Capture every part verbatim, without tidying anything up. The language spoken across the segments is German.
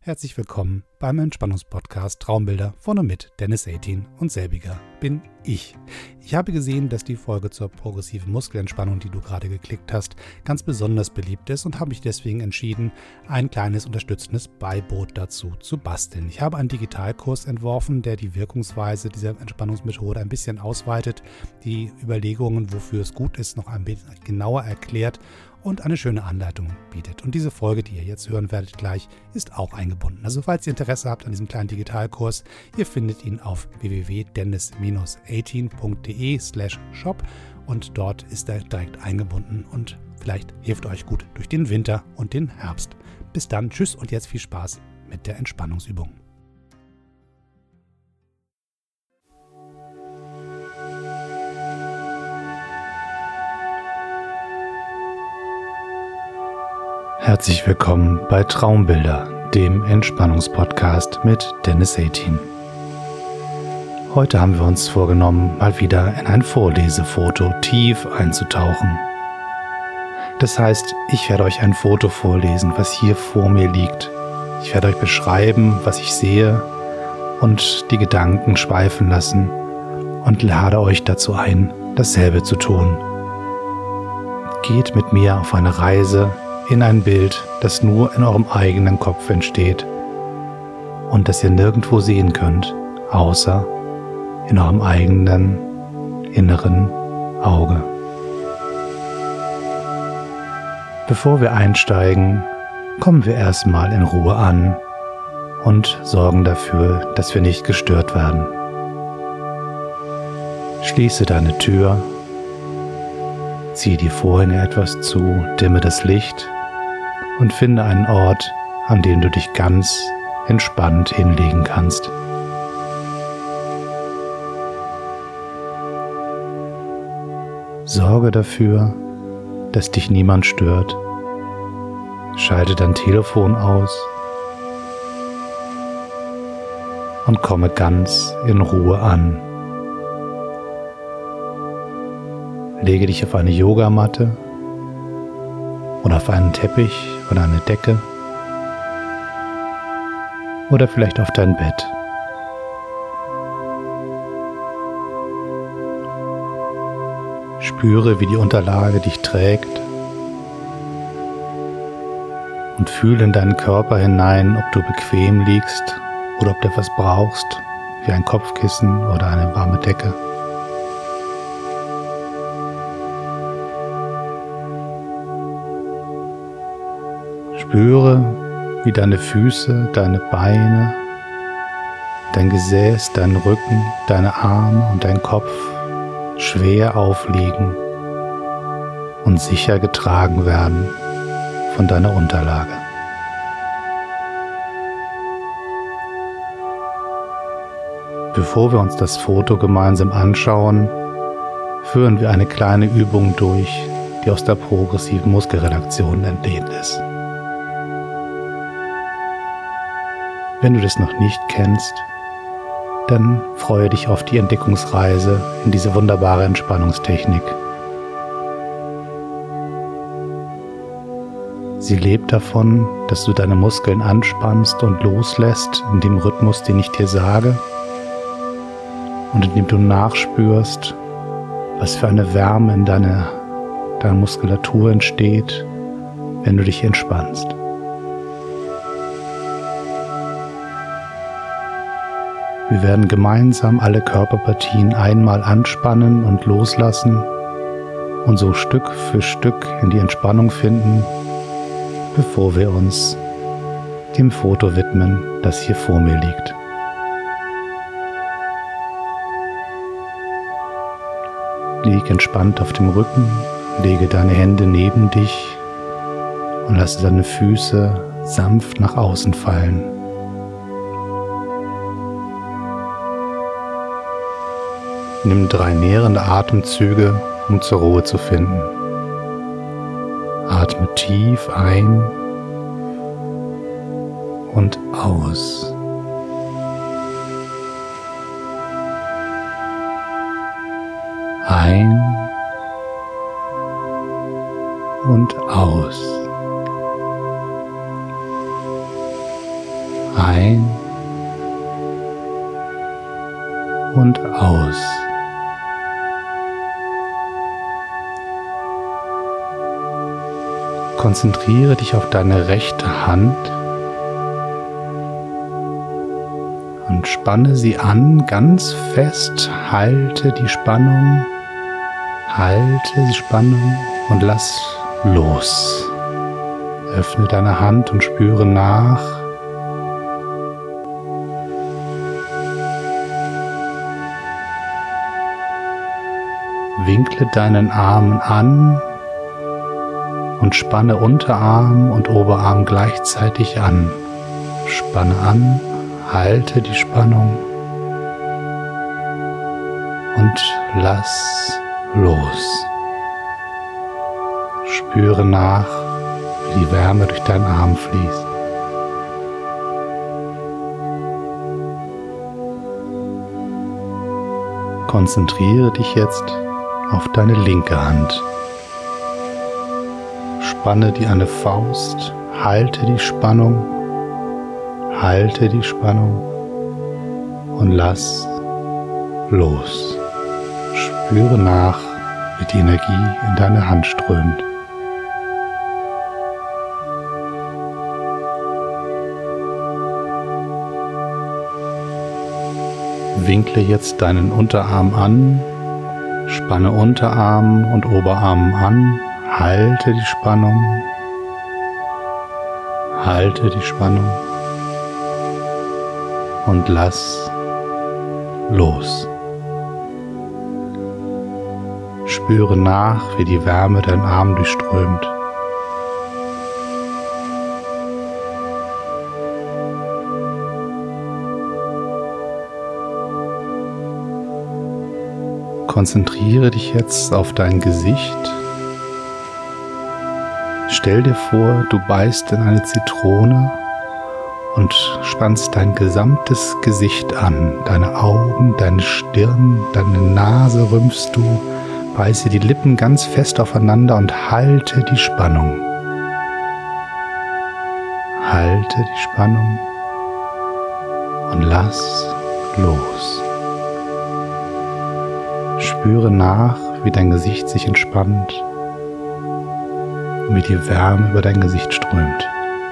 Herzlich willkommen beim Entspannungspodcast Traumbilder von und mit Dennis achtzehn und selbiger bin ich. Ich habe gesehen, dass die Folge zur progressiven Muskelentspannung, die du gerade geklickt hast, ganz besonders beliebt ist und habe mich deswegen entschieden, ein kleines unterstützendes Beiboot dazu zu basteln. Ich habe einen Digitalkurs entworfen, der die Wirkungsweise dieser Entspannungsmethode ein bisschen ausweitet, die Überlegungen, wofür es gut ist, noch ein bisschen genauer erklärt und eine schöne Anleitung bietet. Und diese Folge, die ihr jetzt hören werdet gleich, ist auch eingebunden. Also falls ihr Interesse habt an diesem kleinen Digitalkurs, ihr findet ihn auf w w w punkt dennis achtzehn punkt de slash shop und dort ist er direkt eingebunden und vielleicht hilft euch gut durch den Winter und den Herbst. Bis dann, tschüss und jetzt viel Spaß mit der Entspannungsübung. Herzlich willkommen bei Traumbilder, dem Entspannungspodcast mit Dennis achtzehn. Heute haben wir uns vorgenommen, mal wieder in ein Vorlesefoto tief einzutauchen. Das heißt, ich werde euch ein Foto vorlesen, was hier vor mir liegt. Ich werde euch beschreiben, was ich sehe und die Gedanken schweifen lassen und lade euch dazu ein, dasselbe zu tun. Geht mit mir auf eine Reise in ein Bild, das nur in eurem eigenen Kopf entsteht und das ihr nirgendwo sehen könnt, außer in eurem eigenen inneren Auge. Bevor wir einsteigen, kommen wir erstmal in Ruhe an und sorgen dafür, dass wir nicht gestört werden. Schließe deine Tür, zieh die Vorhänge etwas zu, dimme das Licht und finde einen Ort, an dem du dich ganz entspannt hinlegen kannst. Sorge dafür, dass dich niemand stört. Schalte dein Telefon aus und komme ganz in Ruhe an. Lege dich auf eine Yogamatte oder auf einen Teppich oder eine Decke oder vielleicht auf dein Bett. Spüre, wie die Unterlage dich trägt und fühle in deinen Körper hinein, ob du bequem liegst oder ob du etwas brauchst, wie ein Kopfkissen oder eine warme Decke. Spüre, wie deine Füße, deine Beine, dein Gesäß, dein Rücken, deine Arme und dein Kopf schwer aufliegen und sicher getragen werden von deiner Unterlage. Bevor wir uns das Foto gemeinsam anschauen, führen wir eine kleine Übung durch, die aus der progressiven Muskelrelaxation entlehnt ist. Wenn du das noch nicht kennst, dann freue dich auf die Entdeckungsreise in diese wunderbare Entspannungstechnik. Sie lebt davon, dass du deine Muskeln anspannst und loslässt in dem Rhythmus, den ich dir sage, und indem du nachspürst, was für eine Wärme in deiner, deiner Muskulatur entsteht, wenn du dich entspannst. Wir werden gemeinsam alle Körperpartien einmal anspannen und loslassen und so Stück für Stück in die Entspannung finden, bevor wir uns dem Foto widmen, das hier vor mir liegt. Lieg entspannt auf dem Rücken, lege deine Hände neben dich und lasse deine Füße sanft nach außen fallen. Nimm drei nährende Atemzüge, um zur Ruhe zu finden. Atme tief ein und aus. Ein und aus. Ein und aus. Konzentriere dich auf deine rechte Hand und spanne sie an, ganz fest. Halte die Spannung, halte die Spannung und lass los. Öffne deine Hand und spüre nach. Winkle deinen Arm an und spanne Unterarm und Oberarm gleichzeitig an. Spanne an, halte die Spannung und lass los. Spüre nach, wie die Wärme durch deinen Arm fließt. Konzentriere dich jetzt auf deine linke Hand. Spanne dir eine Faust, halte die Spannung, halte die Spannung und lass los. Spüre nach, wie die Energie in deine Hand strömt. Winkle jetzt deinen Unterarm an, spanne Unterarm und Oberarm an, halte die Spannung, halte die Spannung und lass los. Spüre nach, wie die Wärme deinen Arm durchströmt. Konzentriere dich jetzt auf dein Gesicht. Stell dir vor, du beißt in eine Zitrone und spannst dein gesamtes Gesicht an. Deine Augen, deine Stirn, deine Nase rümpfst du. Beiße die Lippen ganz fest aufeinander und halte die Spannung. Halte die Spannung und lass los. Spüre nach, wie dein Gesicht sich entspannt und wie die Wärme über dein Gesicht strömt.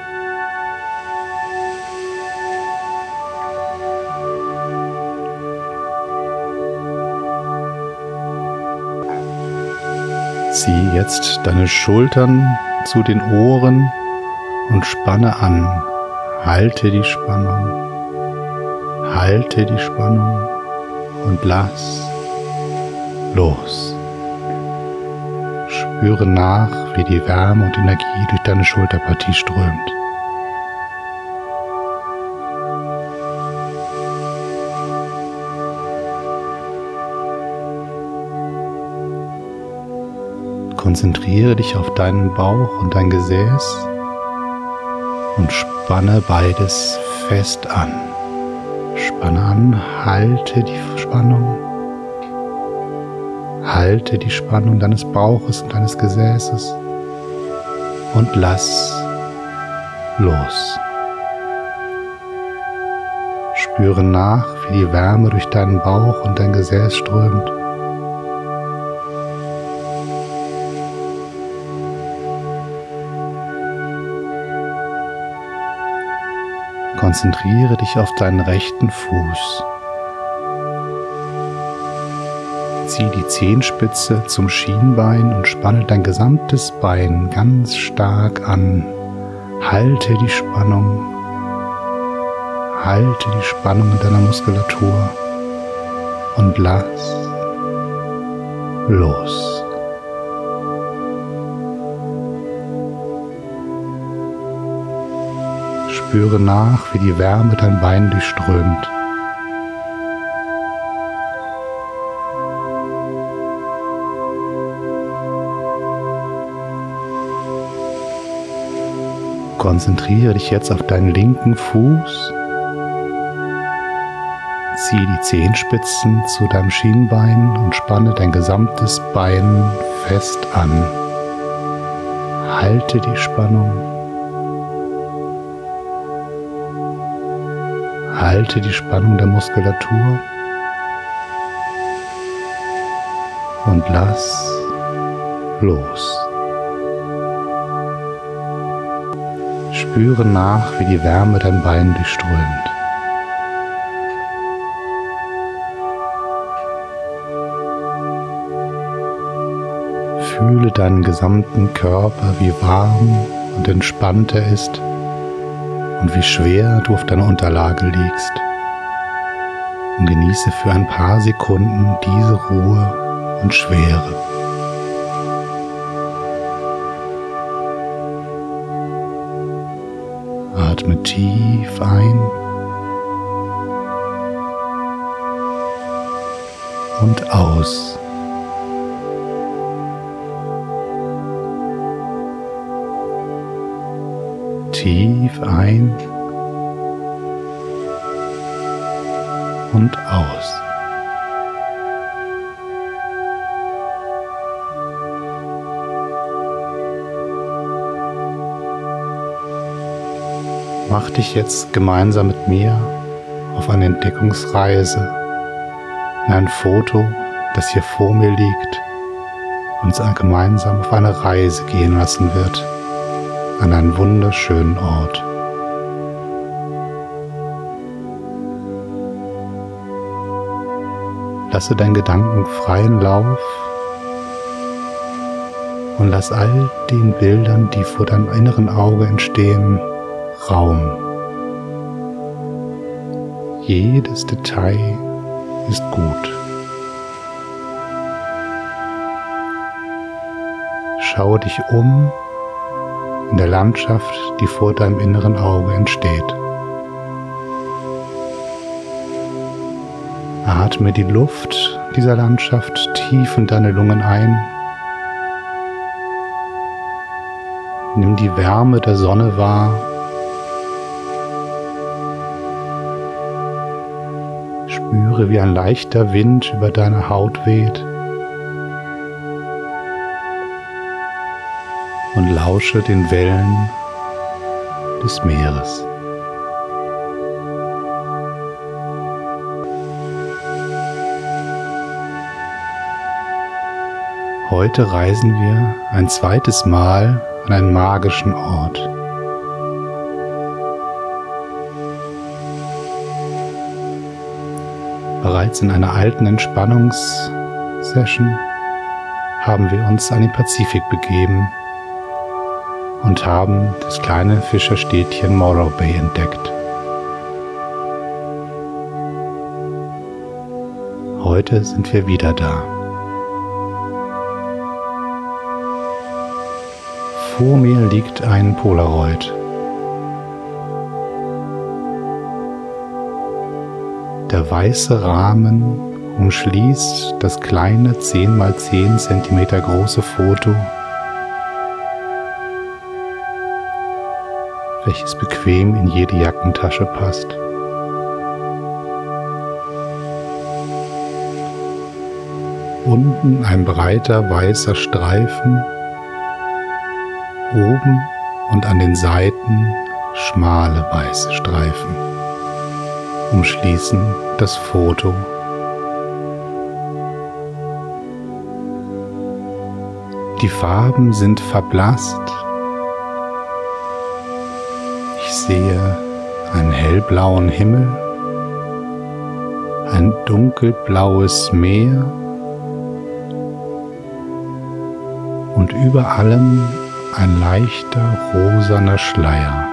Zieh jetzt deine Schultern zu den Ohren und spanne an. Halte die Spannung, halte die Spannung und lass los. Spüre nach, wie die Wärme und Energie durch deine Schulterpartie strömt. Konzentriere dich auf deinen Bauch und dein Gesäß und spanne beides fest an. Spanne an, halte die Spannung. Halte die Spannung deines Bauches und deines Gesäßes und lass los. Spüre nach, wie die Wärme durch deinen Bauch und dein Gesäß strömt. Konzentriere dich auf deinen rechten Fuß. Zieh die Zehenspitze zum Schienbein und spanne dein gesamtes Bein ganz stark an. Halte die Spannung. Halte die Spannung in deiner Muskulatur und lass los. Spüre nach, wie die Wärme dein Bein durchströmt. Konzentriere dich jetzt auf deinen linken Fuß. Zieh die Zehenspitzen zu deinem Schienbein und spanne dein gesamtes Bein fest an. Halte die Spannung Halte die Spannung der Muskulatur und lass los. Spüre nach, wie die Wärme dein Bein durchströmt. Fühle deinen gesamten Körper, wie warm und entspannt er ist und wie schwer du auf deiner Unterlage liegst. Und genieße für ein paar Sekunden diese Ruhe und Schwere. Atme tief ein und aus. Tief ein und aus. Mach dich jetzt gemeinsam mit mir auf eine Entdeckungsreise in ein Foto, das hier vor mir liegt, uns gemeinsam auf eine Reise gehen lassen wird. An einen wunderschönen Ort. Lasse deinen Gedanken freien Lauf und lass all den Bildern, die vor deinem inneren Auge entstehen, Raum. Jedes Detail ist gut. Schaue dich um in der Landschaft, die vor deinem inneren Auge entsteht. Atme die Luft dieser Landschaft tief in deine Lungen ein. Nimm die Wärme der Sonne wahr. Spüre, wie ein leichter Wind über deine Haut weht. Und lausche den Wellen des Meeres. Heute reisen wir ein zweites Mal an einen magischen Ort. Bereits in einer alten Entspannungssession haben wir uns an den Pazifik begeben und haben das kleine Fischerstädtchen Morro Bay entdeckt. Heute sind wir wieder da. Vor mir liegt ein Polaroid. Der weiße Rahmen umschließt das kleine zehn mal zehn Zentimeter große Foto, welches bequem in jede Jackentasche passt. Unten ein breiter weißer Streifen, oben und an den Seiten schmale weiße Streifen umschließen das Foto. Die Farben sind verblasst. Ich sehe einen hellblauen Himmel, ein dunkelblaues Meer und über allem ein leichter rosaner Schleier.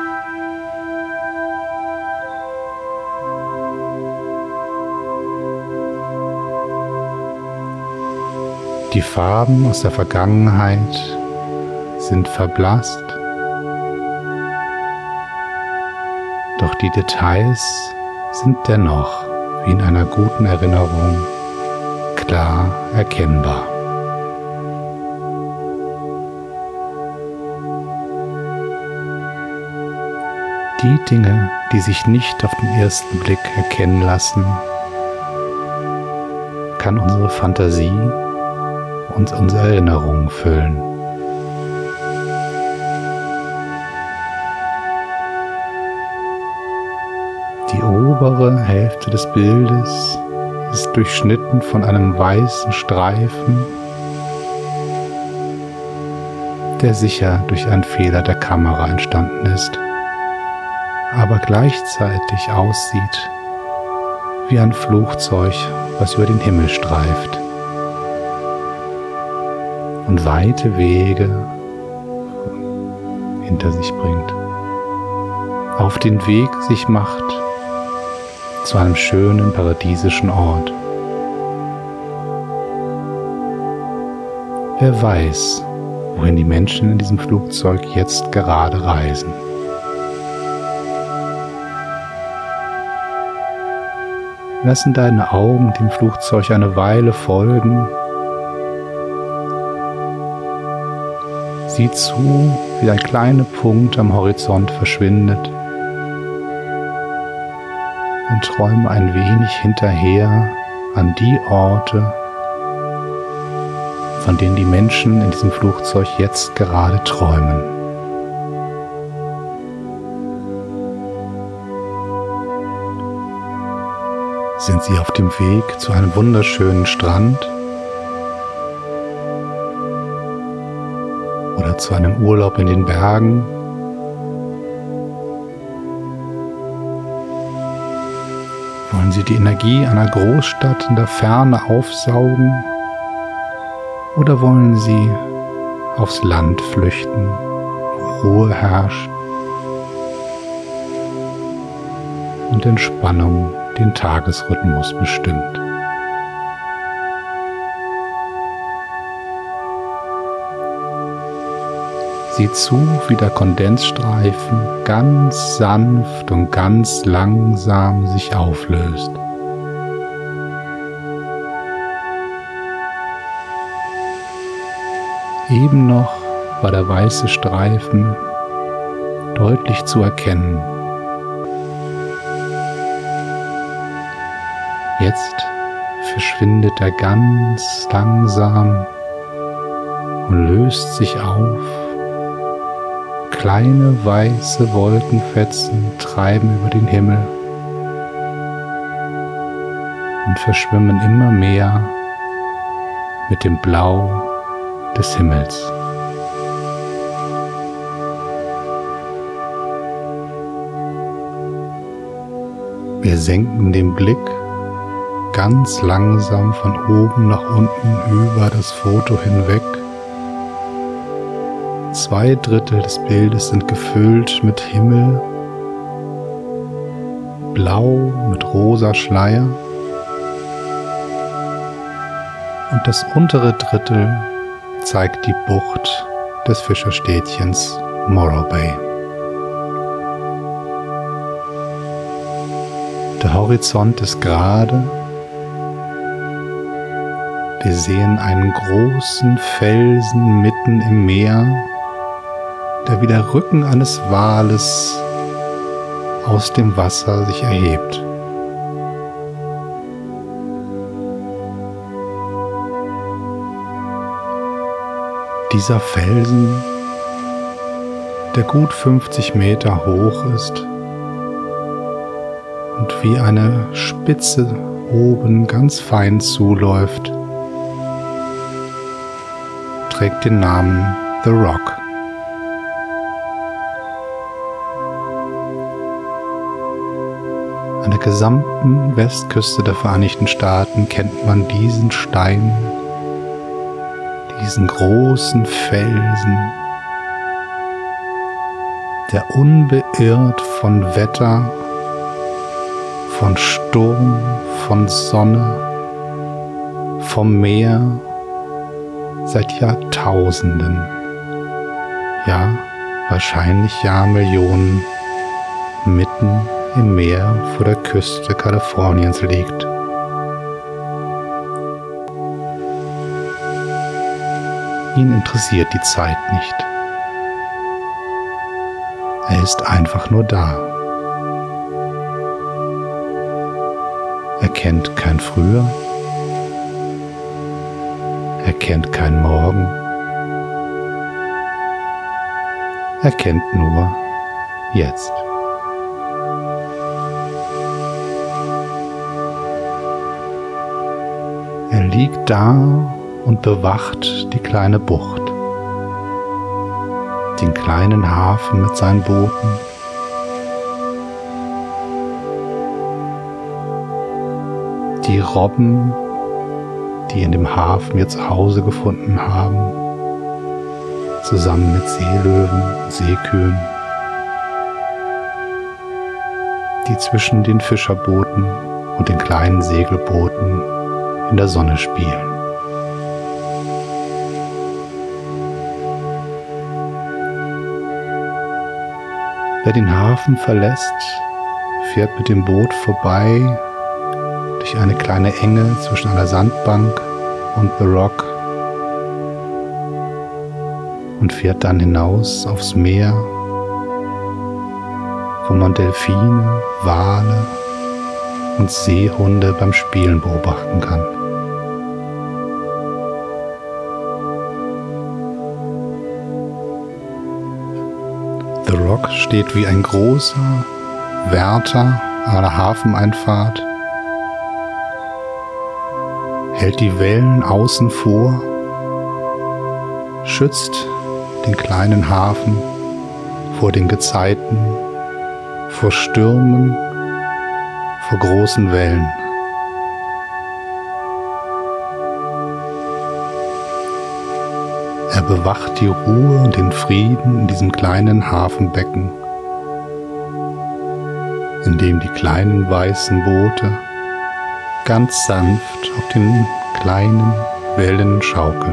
Die Farben aus der Vergangenheit sind verblasst, doch die Details sind dennoch, wie in einer guten Erinnerung, klar erkennbar. Die Dinge, die sich nicht auf den ersten Blick erkennen lassen, kann unsere Fantasie und unsere Erinnerungen füllen. Die obere Hälfte des Bildes ist durchschnitten von einem weißen Streifen, der sicher durch einen Fehler der Kamera entstanden ist, aber gleichzeitig aussieht wie ein Flugzeug, was über den Himmel streift und weite Wege hinter sich bringt, auf den Weg sich macht zu einem schönen paradiesischen Ort. Wer weiß, wohin die Menschen in diesem Flugzeug jetzt gerade reisen. Lassen deine Augen dem Flugzeug eine Weile folgen. Sieh zu, wie der kleine Punkt am Horizont verschwindet und träume ein wenig hinterher an die Orte, von denen die Menschen in diesem Flugzeug jetzt gerade träumen. Sind sie auf dem Weg zu einem wunderschönen Strand oder zu einem Urlaub in den Bergen? Wollen sie die Energie einer Großstadt in der Ferne aufsaugen? Oder wollen sie aufs Land flüchten, wo Ruhe herrscht und Entspannung den Tagesrhythmus bestimmt? Sieh zu, wie der Kondensstreifen ganz sanft und ganz langsam sich auflöst. Eben noch war der weiße Streifen deutlich zu erkennen. Jetzt verschwindet er ganz langsam und löst sich auf. Kleine weiße Wolkenfetzen treiben über den Himmel und verschwimmen immer mehr mit dem Blau des Himmels. Wir senken den Blick ganz langsam von oben nach unten über das Foto hinweg. Zwei Drittel des Bildes sind gefüllt mit Himmel, blau mit rosa Schleier, und das untere Drittel zeigt die Bucht des Fischerstädtchens Morro Bay. Der Horizont ist gerade. Wir sehen einen großen Felsen mitten im Meer, der wie der Rücken eines Wales aus dem Wasser sich erhebt. Dieser Felsen, der gut fünfzig Meter hoch ist und wie eine Spitze oben ganz fein zuläuft, trägt den Namen The Rock. An der gesamten Westküste der Vereinigten Staaten kennt man diesen Stein, diesen großen Felsen, der unbeirrt von Wetter, von Sturm, von Sonne, vom Meer seit Jahrtausenden, ja, wahrscheinlich Jahrmillionen, mitten im Meer vor der Küste Kaliforniens liegt. Ihn interessiert die Zeit nicht. Er ist einfach nur da. Er kennt kein Früher. Er kennt kein Morgen. Er kennt nur jetzt. liegt da und bewacht die kleine Bucht, den kleinen Hafen mit seinen Booten. Die Robben, die in dem Hafen ihr Zuhause gefunden haben, zusammen mit Seelöwen, Seekühen, die zwischen den Fischerbooten und den kleinen Segelbooten in der Sonne spielen. Wer den Hafen verlässt, fährt mit dem Boot vorbei durch eine kleine Enge zwischen einer Sandbank und The Rock und fährt dann hinaus aufs Meer, wo man Delfine, Wale und Seehunde beim Spielen beobachten kann. The Rock steht wie ein großer Wärter an einer Hafeneinfahrt, hält die Wellen außen vor, schützt den kleinen Hafen vor den Gezeiten, vor Stürmen, vor großen Wellen. Er bewacht die Ruhe und den Frieden in diesem kleinen Hafenbecken, in dem die kleinen weißen Boote ganz sanft auf den kleinen Wellen schaukeln.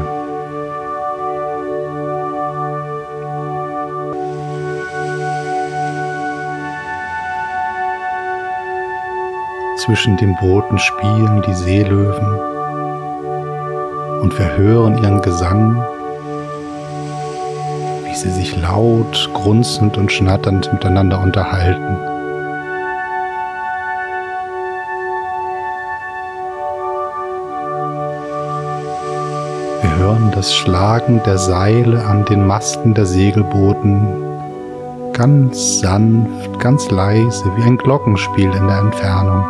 Zwischen den Booten spielen die Seelöwen und wir hören ihren Gesang, wie sie sich laut, grunzend und schnatternd miteinander unterhalten. Wir hören das Schlagen der Seile an den Masten der Segelbooten ganz sanft, ganz leise, wie ein Glockenspiel in der Entfernung.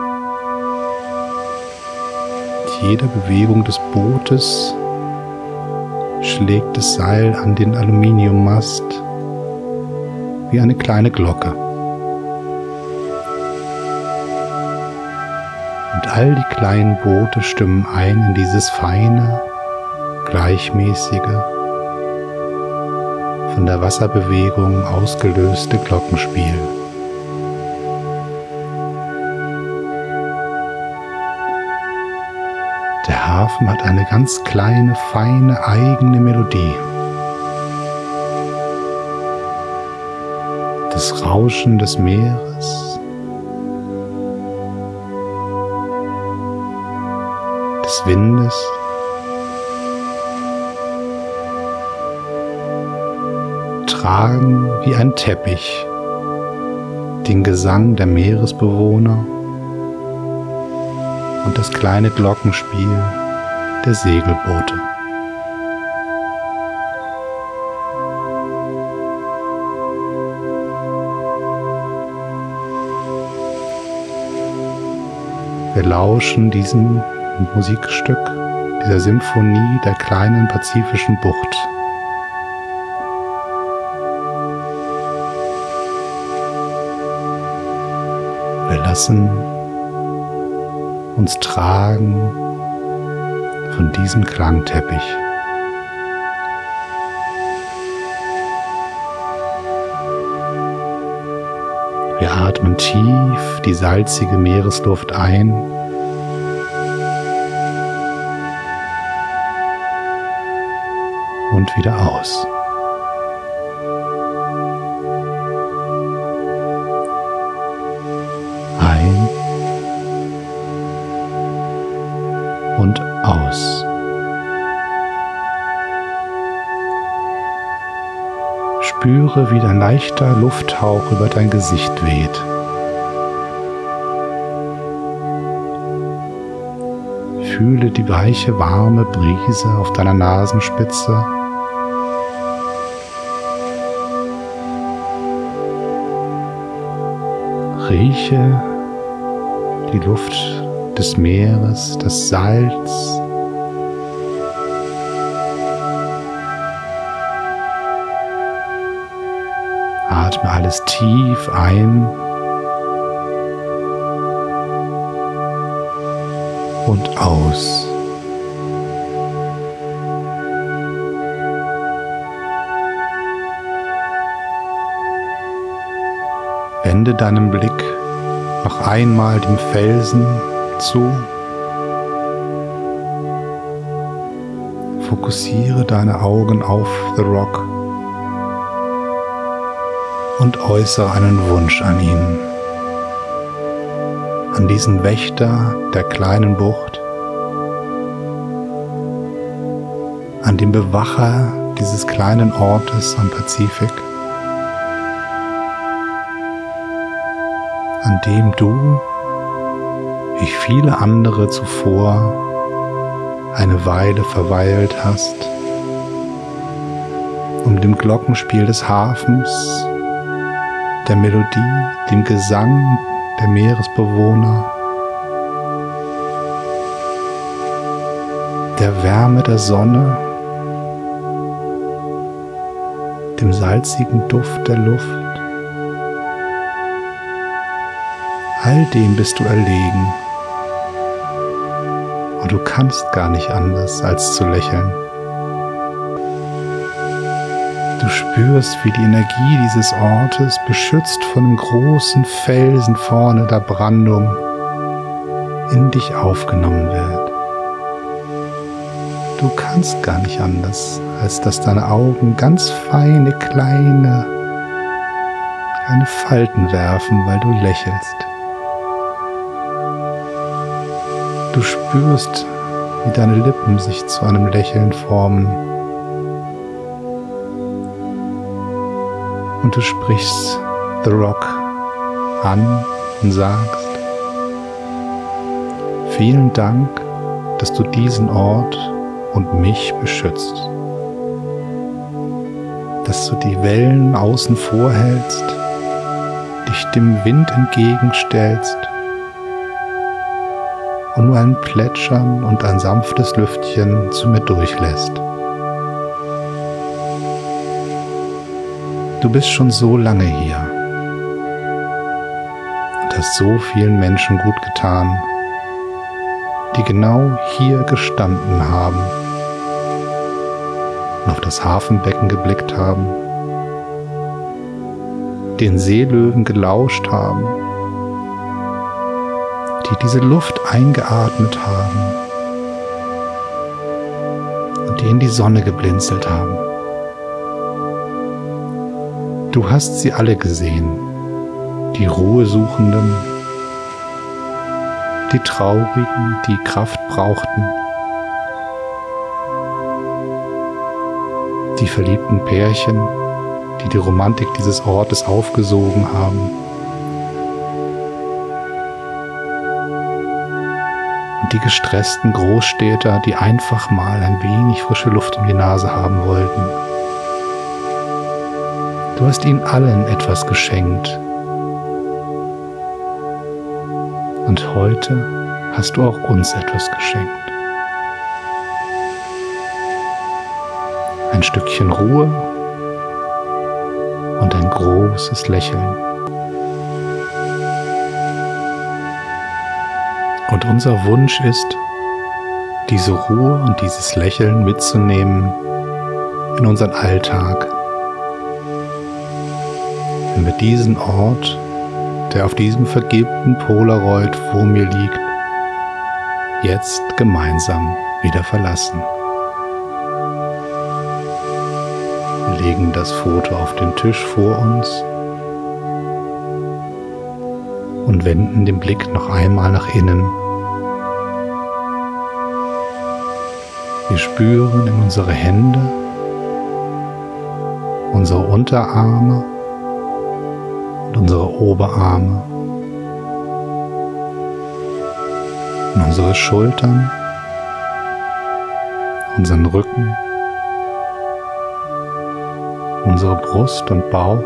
Mit jeder Bewegung des Bootes schlägt das Seil an den Aluminiummast wie eine kleine Glocke. Und all die kleinen Boote stimmen ein in dieses feine, gleichmäßige, von der Wasserbewegung ausgelöste Glockenspiel. Der Hafen hat eine ganz kleine, feine, eigene Melodie. Das Rauschen des Meeres, des Windes, tragen wie ein Teppich den Gesang der Meeresbewohner und das kleine Glockenspiel der Segelboote. Wir lauschen diesem Musikstück, dieser Symphonie der kleinen pazifischen Bucht. Wir lassen uns tragen von diesem Klangteppich. Wir atmen tief die salzige Meeresluft ein und wieder aus. Ein und aus. Spüre, wie ein leichter Lufthauch über dein Gesicht weht. Fühle die weiche, warme Brise auf deiner Nasenspitze. Rieche die Luft des Meeres, das Salz, Atme alles tief ein und aus. Wende deinen Blick noch einmal dem Felsen zu. Fokussiere deine Augen auf The Rock und äußere einen Wunsch an ihn, an diesen Wächter der kleinen Bucht, an den Bewacher dieses kleinen Ortes am Pazifik, an dem du, wie viele andere zuvor, eine Weile verweilt hast, um dem Glockenspiel des Hafens, der Melodie, dem Gesang der Meeresbewohner, der Wärme der Sonne, dem salzigen Duft der Luft, all dem bist du erlegen und du kannst gar nicht anders, als zu lächeln. Du spürst, wie die Energie dieses Ortes, beschützt von dem großen Felsen vorne der Brandung, in dich aufgenommen wird. Du kannst gar nicht anders, als dass deine Augen ganz feine, kleine, kleine Falten werfen, weil du lächelst. Du spürst, wie deine Lippen sich zu einem Lächeln formen. Und du sprichst The Rock an und sagst: Vielen Dank, dass du diesen Ort und mich beschützt. Dass du die Wellen außen vor hältst, dich dem Wind entgegenstellst und nur ein Plätschern und ein sanftes Lüftchen zu mir durchlässt. Du bist schon so lange hier und hast so vielen Menschen gut getan, die genau hier gestanden haben und auf das Hafenbecken geblickt haben, den Seelöwen gelauscht haben, die diese Luft eingeatmet haben und die in die Sonne geblinzelt haben. Du hast sie alle gesehen, die Ruhesuchenden, die Traurigen, die Kraft brauchten, die verliebten Pärchen, die die Romantik dieses Ortes aufgesogen haben, und die gestressten Großstädter, die einfach mal ein wenig frische Luft um die Nase haben wollten. Du hast ihnen allen etwas geschenkt. Und heute hast du auch uns etwas geschenkt. Ein Stückchen Ruhe und ein großes Lächeln. Und unser Wunsch ist, diese Ruhe und dieses Lächeln mitzunehmen in unseren Alltag. Wenn wir diesen Ort, der auf diesem vergilbten Polaroid vor mir liegt, jetzt gemeinsam wieder verlassen. Wir legen das Foto auf den Tisch vor uns und wenden den Blick noch einmal nach innen. Wir spüren in unsere Hände, unsere Unterarme und unsere Oberarme, und unsere Schultern, unseren Rücken, unsere Brust und Bauch,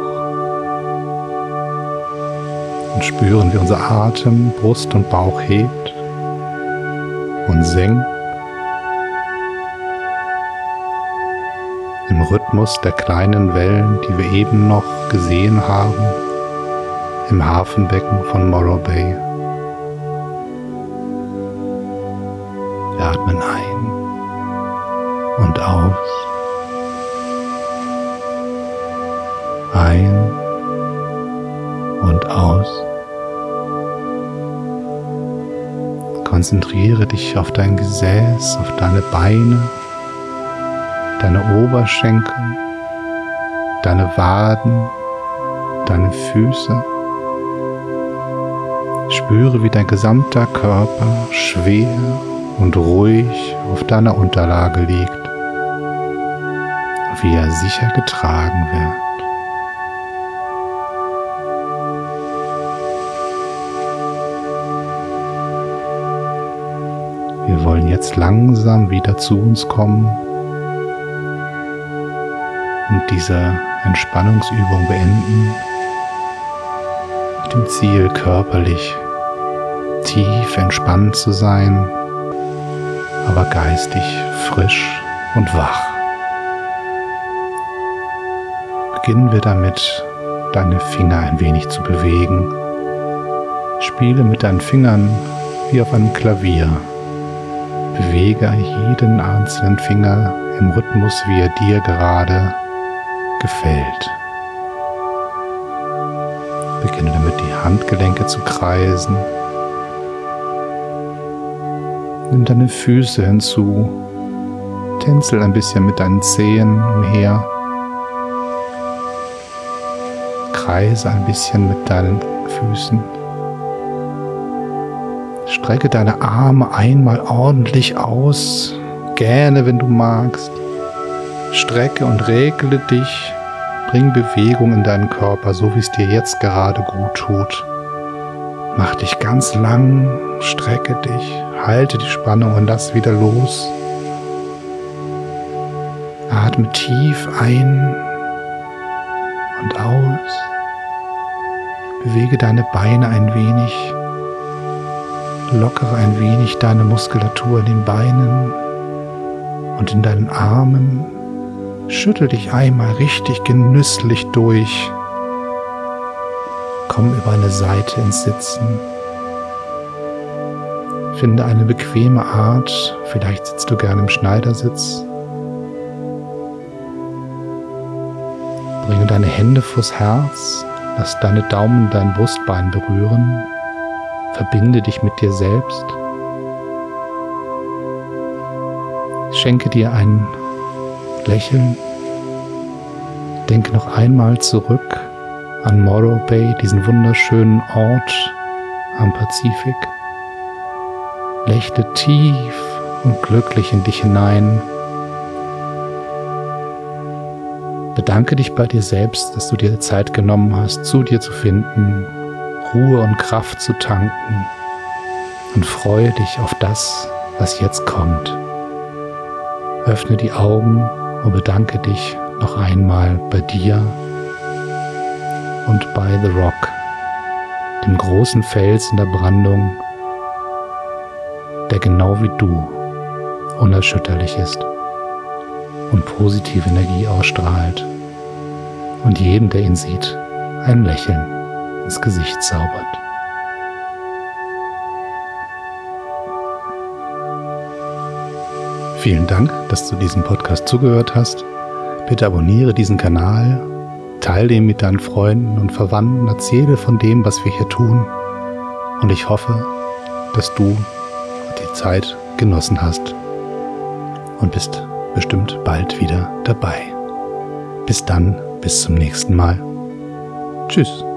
und spüren, wie unser Atem Brust und Bauch hebt und senkt. Im dem Rhythmus der kleinen Wellen, die wir eben noch gesehen haben, im Hafenbecken von Morro Bay. Wir atmen ein und aus, ein und aus. Konzentriere dich auf dein Gesäß, auf deine Beine, deine Oberschenkel, deine Waden, deine Füße. Spüre, wie dein gesamter Körper schwer und ruhig auf deiner Unterlage liegt, wie er sicher getragen wird. Wir wollen jetzt langsam wieder zu uns kommen und diese Entspannungsübung beenden, mit dem Ziel, körperlich tief entspannt zu sein, aber geistig frisch und wach. Beginnen wir damit, deine Finger ein wenig zu bewegen. Spiele mit deinen Fingern wie auf einem Klavier. Bewege jeden einzelnen Finger im Rhythmus, wie er dir gerade gefällt. Beginne damit, die Handgelenke zu kreisen. Nimm deine Füße hinzu. Tänzel ein bisschen mit deinen Zehen umher. Kreise ein bisschen mit deinen Füßen. Strecke deine Arme einmal ordentlich aus. Gähne, wenn du magst. Strecke und regle dich. Bring Bewegung in deinen Körper, so wie es dir jetzt gerade gut tut. Mach dich ganz lang, strecke dich, halte die Spannung und lass wieder los. Atme tief ein und aus. Bewege deine Beine ein wenig. Lockere ein wenig deine Muskulatur in den Beinen und in deinen Armen. Schüttel dich einmal richtig genüsslich durch. Komm über eine Seite ins Sitzen. Finde eine bequeme Art. Vielleicht sitzt du gerne im Schneidersitz. Bringe deine Hände vors Herz. Lass deine Daumen dein Brustbein berühren. Verbinde dich mit dir selbst. Schenke dir ein Lächeln. Denke noch einmal zurück an Morro Bay, diesen wunderschönen Ort am Pazifik. Lächle tief und glücklich in dich hinein. Bedanke dich bei dir selbst, dass du dir Zeit genommen hast, zu dir zu finden, Ruhe und Kraft zu tanken, und freue dich auf das, was jetzt kommt. Öffne die Augen und bedanke dich noch einmal bei dir und bei The Rock, dem großen Fels in der Brandung, der genau wie du unerschütterlich ist und positive Energie ausstrahlt und jedem, der ihn sieht, ein Lächeln ins Gesicht zaubert. Vielen Dank, dass du diesem Podcast zugehört hast. Bitte abonniere diesen Kanal, teile ihn mit deinen Freunden und Verwandten, erzähle von dem, was wir hier tun. Und ich hoffe, dass du die Zeit genossen hast und bist bestimmt bald wieder dabei. Bis dann, bis zum nächsten Mal. Tschüss.